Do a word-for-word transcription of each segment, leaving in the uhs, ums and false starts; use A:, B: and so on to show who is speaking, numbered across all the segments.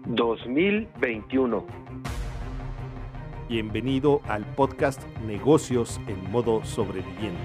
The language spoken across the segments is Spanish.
A: dos mil veintiuno.
B: Bienvenido al podcast Negocios en modo sobreviviente.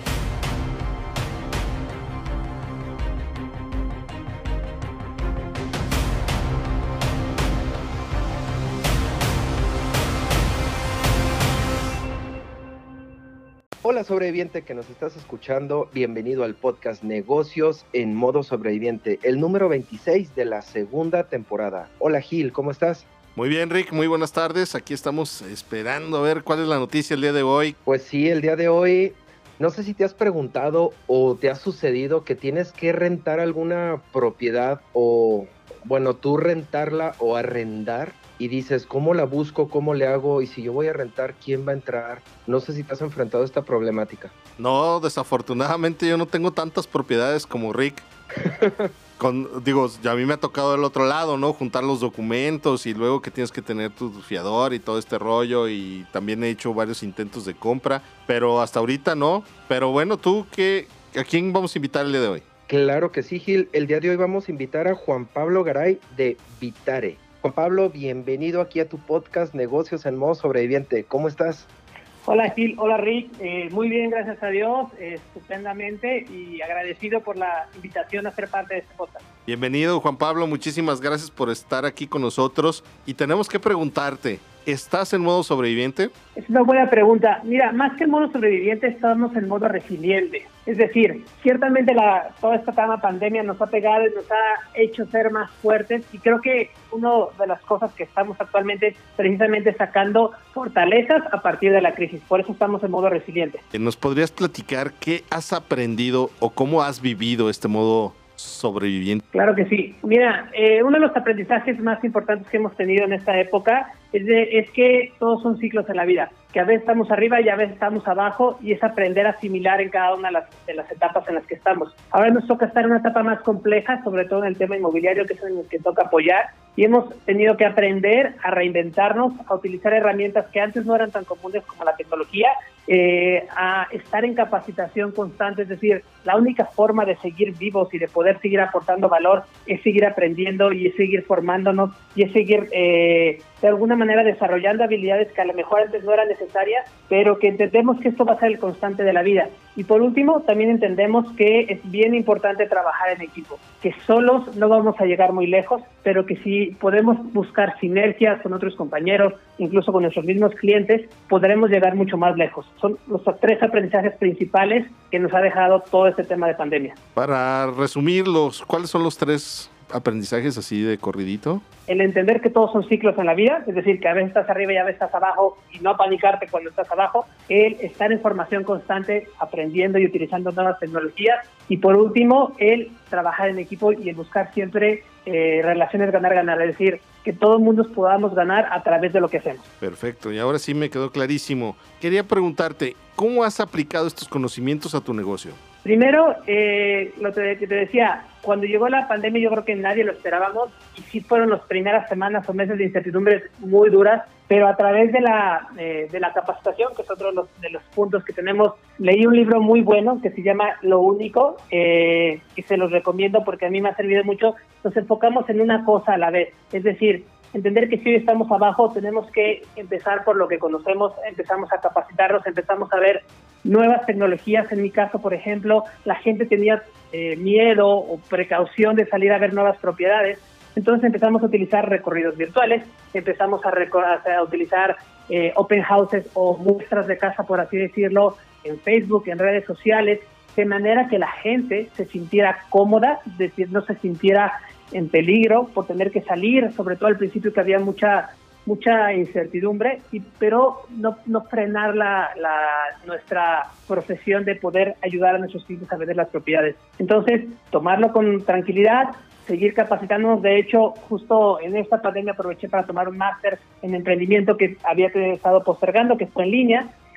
A: Hola sobreviviente que nos estás escuchando, bienvenido al podcast Negocios en modo sobreviviente, el número veintiséis de la segunda temporada. Hola Gil, ¿cómo estás?
B: Muy bien, Rick, muy buenas tardes. Aquí estamos esperando a ver cuál es la noticia el día de hoy.
A: Pues sí, el día de hoy, no sé si te has preguntado o te ha sucedido que tienes que rentar alguna propiedad o, bueno, tú rentarla o arrendar. Y dices, ¿cómo la busco? ¿Cómo le hago? Y si yo voy a rentar, ¿quién va a entrar? No sé si te has enfrentado a esta problemática.
B: No, desafortunadamente yo no tengo tantas propiedades como Rick. Con, digo, ya a mí me ha tocado del otro lado, ¿no? Juntar los documentos y luego que tienes que tener tu fiador y todo este rollo. Y también he hecho varios intentos de compra, pero hasta ahorita no. Pero bueno, ¿tú qué, a quién vamos a invitar el día de hoy?
A: Claro que sí, Gil. El día de hoy vamos a invitar a Juan Pablo Garay de Vitare. Juan Pablo, bienvenido aquí a tu podcast Negocios en modo sobreviviente. ¿Cómo estás?
C: Hola Gil, hola Rick, eh, muy bien, gracias a Dios, eh, estupendamente y agradecido por la invitación a ser parte de este podcast.
B: Bienvenido Juan Pablo, muchísimas gracias por estar aquí con nosotros y tenemos que preguntarte, ¿estás en modo sobreviviente?
C: Es una buena pregunta. Mira, más que en modo sobreviviente, estamos en modo resiliente. Es decir, ciertamente la, toda esta tema pandemia nos ha pegado y nos ha hecho ser más fuertes y creo que una de las cosas que estamos actualmente es precisamente sacando fortalezas a partir de la crisis. Por eso estamos en modo resiliente.
B: ¿Nos podrías platicar qué has aprendido o cómo has vivido este modo sobreviviente?
C: Claro que sí. Mira, eh, uno de los aprendizajes más importantes que hemos tenido en esta época es, de, es que todos son ciclos en la vida, que a veces estamos arriba y a veces estamos abajo y es aprender a asimilar en cada una de las, de las etapas en las que estamos. Ahora nos toca estar en una etapa más compleja, sobre todo en el tema inmobiliario, que es en el que toca apoyar, y hemos tenido que aprender a reinventarnos, a utilizar herramientas que antes no eran tan comunes como la tecnología, eh, a estar en capacitación constante, es decir, la única forma de seguir vivos y de poder seguir aportando valor es seguir aprendiendo y es seguir formándonos y es seguir eh, de alguna manera desarrollando habilidades que a lo mejor antes no eran necesarias, pero que entendemos que esto va a ser el constante de la vida. Y por último, también entendemos que es bien importante trabajar en equipo, que solos no vamos a llegar muy lejos, pero que si podemos buscar sinergias con otros compañeros, incluso con nuestros mismos clientes, podremos llegar mucho más lejos. Son los tres aprendizajes principales que nos ha dejado todo este tema de pandemia.
B: Para resumirlos, ¿cuáles son los tres aprendizajes así de corridito?
C: El entender que todos son ciclos en la vida, es decir, que a veces estás arriba y a veces estás abajo y no apanicarte cuando estás abajo. El estar en formación constante, aprendiendo y utilizando nuevas tecnologías. Y por último, el trabajar en equipo y el buscar siempre eh, relaciones ganar-ganar, es decir, que todo el mundo podamos ganar a través de lo que hacemos.
B: Perfecto, y ahora sí me quedó clarísimo. Quería preguntarte, ¿cómo has aplicado estos conocimientos a tu negocio?
C: Primero, eh, lo que te decía, cuando llegó la pandemia yo creo que nadie lo esperábamos y sí fueron las primeras semanas o meses de incertidumbres muy duras, pero a través de la eh, de la capacitación, que es otro de los, de los puntos que tenemos, leí un libro muy bueno que se llama Lo Único, eh, y se los recomiendo porque a mí me ha servido mucho. Nos enfocamos en una cosa a la vez, es decir, entender que si hoy estamos abajo tenemos que empezar por lo que conocemos, empezamos a capacitarnos, empezamos a ver nuevas tecnologías. En mi caso, por ejemplo, la gente tenía eh, miedo o precaución de salir a ver nuevas propiedades, entonces empezamos a utilizar recorridos virtuales, empezamos a, a utilizar eh, open houses o muestras de casa, por así decirlo, en Facebook, en redes sociales, de manera que la gente se sintiera cómoda, es decir, no se sintiera en peligro por tener que salir, sobre todo al principio que había mucha mucha incertidumbre, y, pero no, no frenar la, la nuestra profesión de poder ayudar a nuestros clientes a vender las propiedades. Entonces, tomarlo con tranquilidad, seguir capacitándonos. De hecho, justo en esta pandemia aproveché para tomar un máster en emprendimiento que había estado postergando, que fue en línea,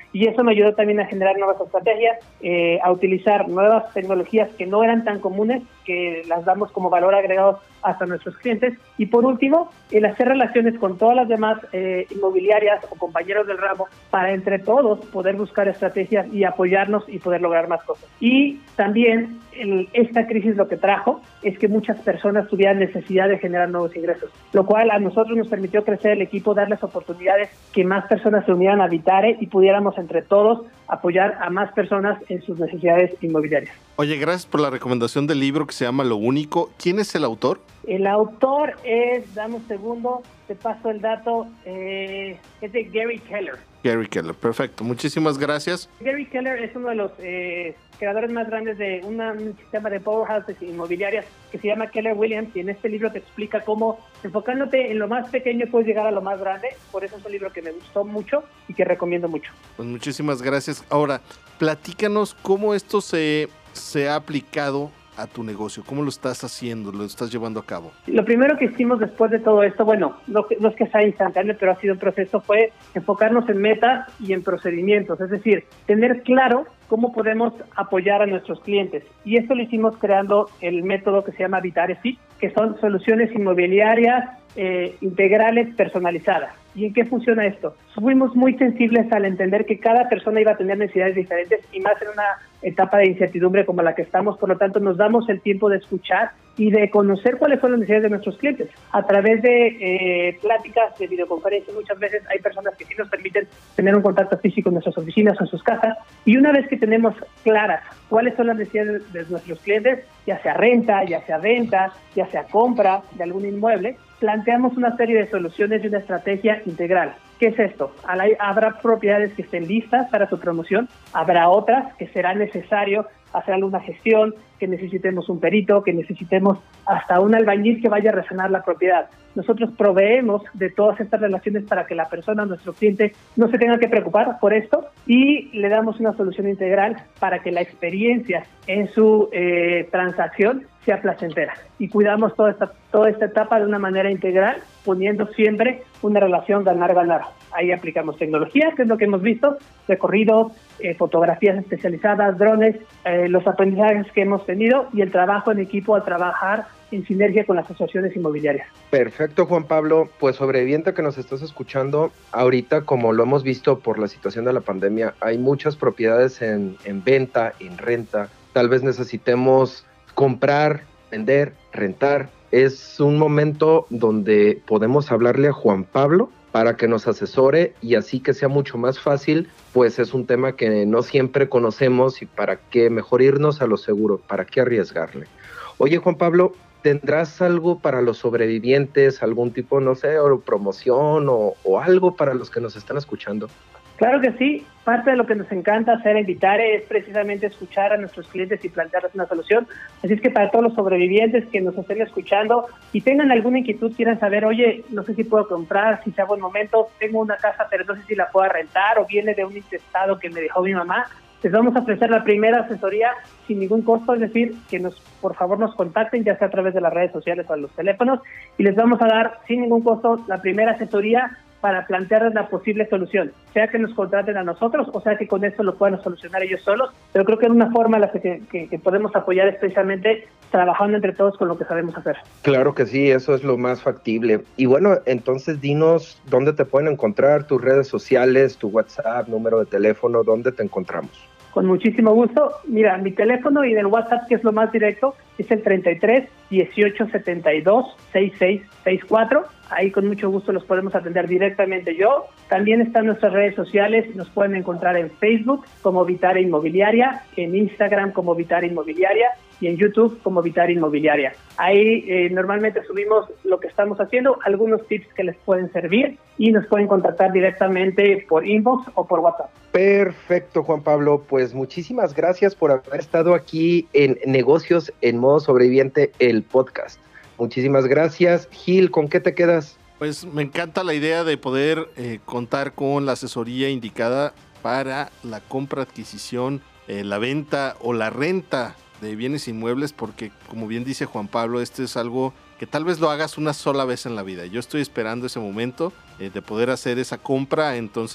C: Y eso me ayudó también a generar nuevas estrategias, eh, a utilizar nuevas tecnologías que no eran tan comunes, que las damos como valor agregado hasta nuestros clientes. Y por último, el hacer relaciones con todas las demás eh, inmobiliarias o compañeros del ramo para entre todos poder buscar estrategias y apoyarnos y poder lograr más cosas. Y también el, esta crisis lo que trajo es que muchas personas tuvieran necesidad de generar nuevos ingresos, lo cual a nosotros nos permitió crecer el equipo, darles oportunidades, que más personas se unieran a Vitare y pudiéramos entre todos apoyar a más personas en sus necesidades inmobiliarias.
B: Oye, gracias por la recomendación del libro que se llama Lo Único. ¿Quién es el autor?
C: El autor es, dame un segundo, te paso el dato, eh, es de Gary Keller.
B: Gary Keller, perfecto. Muchísimas gracias.
C: Gary Keller es uno de los eh, creadores más grandes de una, un sistema de powerhouses inmobiliarias que se llama Keller Williams, y en este libro te explica cómo, enfocándote en lo más pequeño, puedes llegar a lo más grande. Por eso es un libro que me gustó mucho y que recomiendo mucho.
B: Pues muchísimas gracias. Ahora, platícanos cómo esto se, se ha aplicado a tu negocio. ¿Cómo lo estás haciendo? ¿Lo estás llevando a cabo?
C: Lo primero que hicimos después de todo esto, bueno, no, no es que sea instantáneo, pero ha sido un proceso, fue enfocarnos en metas y en procedimientos, es decir, tener claro cómo podemos apoyar a nuestros clientes. Y esto lo hicimos creando el método que se llama Vitare Fit, que son soluciones inmobiliarias eh, integrales personalizadas. ¿Y en qué funciona esto? Fuimos muy sensibles al entender que cada persona iba a tener necesidades diferentes, y más en una etapa de incertidumbre como la que estamos. Por lo tanto, nos damos el tiempo de escuchar y de conocer cuáles son las necesidades de nuestros clientes. A través de eh, pláticas, de videoconferencias, muchas veces hay personas que sí nos permiten tener un contacto físico en nuestras oficinas o en sus casas, y una vez que tenemos claras cuáles son las necesidades de nuestros clientes, ya sea renta, ya sea venta, ya sea compra de algún inmueble, planteamos una serie de soluciones y una estrategia integral. ¿Qué es esto? Habrá propiedades que estén listas para su promoción, habrá otras que será necesario hacer alguna gestión, que necesitemos un perito, que necesitemos hasta un albañil que vaya a resanar la propiedad. Nosotros proveemos de todas estas relaciones para que la persona, nuestro cliente, no se tenga que preocupar por esto, y le damos una solución integral para que la experiencia en su eh, transacción sea placentera. Y cuidamos toda esta, toda esta etapa de una manera integral, poniendo siempre una relación ganar-ganar. Ahí aplicamos tecnología, que es lo que hemos visto, recorridos, eh, fotografías especializadas, drones, eh, los aprendizajes que hemos tenido y el trabajo en equipo al trabajar en sinergia con las asociaciones inmobiliarias.
A: Perfecto, Juan Pablo. Pues sobreviviente que nos estás escuchando, ahorita, como lo hemos visto por la situación de la pandemia, hay muchas propiedades en, en venta, en renta. Tal vez necesitemos comprar, vender, rentar. Es un momento donde podemos hablarle a Juan Pablo para que nos asesore, y así que sea mucho más fácil, pues es un tema que no siempre conocemos, y para qué mejor irnos a lo seguro, para qué arriesgarle. Oye, Juan Pablo, ¿tendrás algo para los sobrevivientes, algún tipo, no sé, o promoción o, o algo para los que nos están escuchando?
C: Claro que sí. Parte de lo que nos encanta hacer en Vitare es precisamente escuchar a nuestros clientes y plantearles una solución. Así es que para todos los sobrevivientes que nos estén escuchando y tengan alguna inquietud, quieran saber, oye, no sé si puedo comprar, si sea buen momento, tengo una casa pero no sé si la puedo rentar, o viene de un intestado que me dejó mi mamá, les vamos a ofrecer la primera asesoría sin ningún costo, es decir, que nos, por favor nos contacten, ya sea a través de las redes sociales o a los teléfonos, y les vamos a dar sin ningún costo la primera asesoría para plantearles la posible solución, sea que nos contraten a nosotros o sea que con esto lo puedan solucionar ellos solos. Pero creo que es una forma en la que, que, que podemos apoyar, es precisamente trabajando entre todos con lo que sabemos hacer.
A: Claro que sí, eso es lo más factible. Y bueno, entonces dinos dónde te pueden encontrar, tus redes sociales, tu WhatsApp, número de teléfono, ¿dónde te encontramos?
C: Con muchísimo gusto. Mira, mi teléfono y el WhatsApp, que es lo más directo, es el treinta y tres, dieciocho, setenta y dos, sesenta y seis sesenta y cuatro. Ahí con mucho gusto los podemos atender directamente yo. También están nuestras redes sociales, nos pueden encontrar en Facebook como Vitare Inmobiliaria, en Instagram como Vitare Inmobiliaria y en YouTube como Vitare Inmobiliaria. Ahí eh, normalmente subimos lo que estamos haciendo, algunos tips que les pueden servir, y nos pueden contactar directamente por inbox o por WhatsApp.
A: Perfecto, Juan Pablo. Pues muchísimas gracias por haber estado aquí en Negocios en Modo Sobreviviente, el podcast. Muchísimas gracias. Gil, ¿con qué te quedas?
B: Pues me encanta la idea de poder eh, contar con la asesoría indicada para la compra, adquisición, eh, la venta o la renta de bienes inmuebles, porque como bien dice Juan Pablo, este es algo que tal vez lo hagas una sola vez en la vida. Yo estoy esperando ese momento eh, de poder hacer esa compra, entonces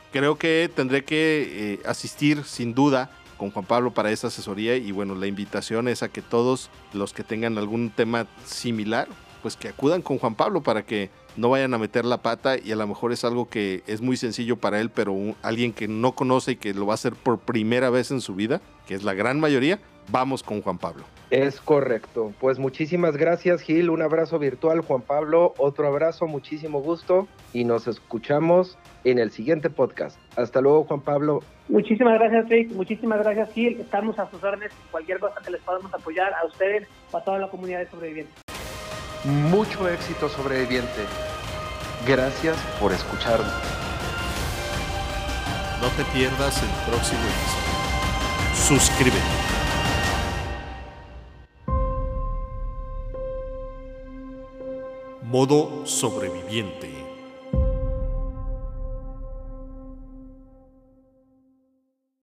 B: creo que tendré que eh, asistir sin duda con Juan Pablo para esa asesoría y bueno, la invitación es a que todos los que tengan algún tema similar, pues que acudan con Juan Pablo para que no vayan a meter la pata y a lo mejor es algo que es muy sencillo para él, pero un, alguien que no conoce y que lo va a hacer por primera vez en su vida, que es la gran mayoría, vamos con Juan Pablo.
A: Es correcto. Pues muchísimas gracias, Gil. Un abrazo virtual, Juan Pablo. Otro abrazo, muchísimo gusto. Y nos escuchamos en el siguiente podcast. Hasta luego, Juan Pablo.
C: Muchísimas gracias, Rick. Muchísimas gracias, Gil. Estamos a sus órdenes. Cualquier cosa que les podamos apoyar a ustedes o a toda la comunidad de sobrevivientes.
A: Mucho éxito, sobreviviente. Gracias por escucharnos.
B: No te pierdas el próximo episodio. Suscríbete. Modo sobreviviente.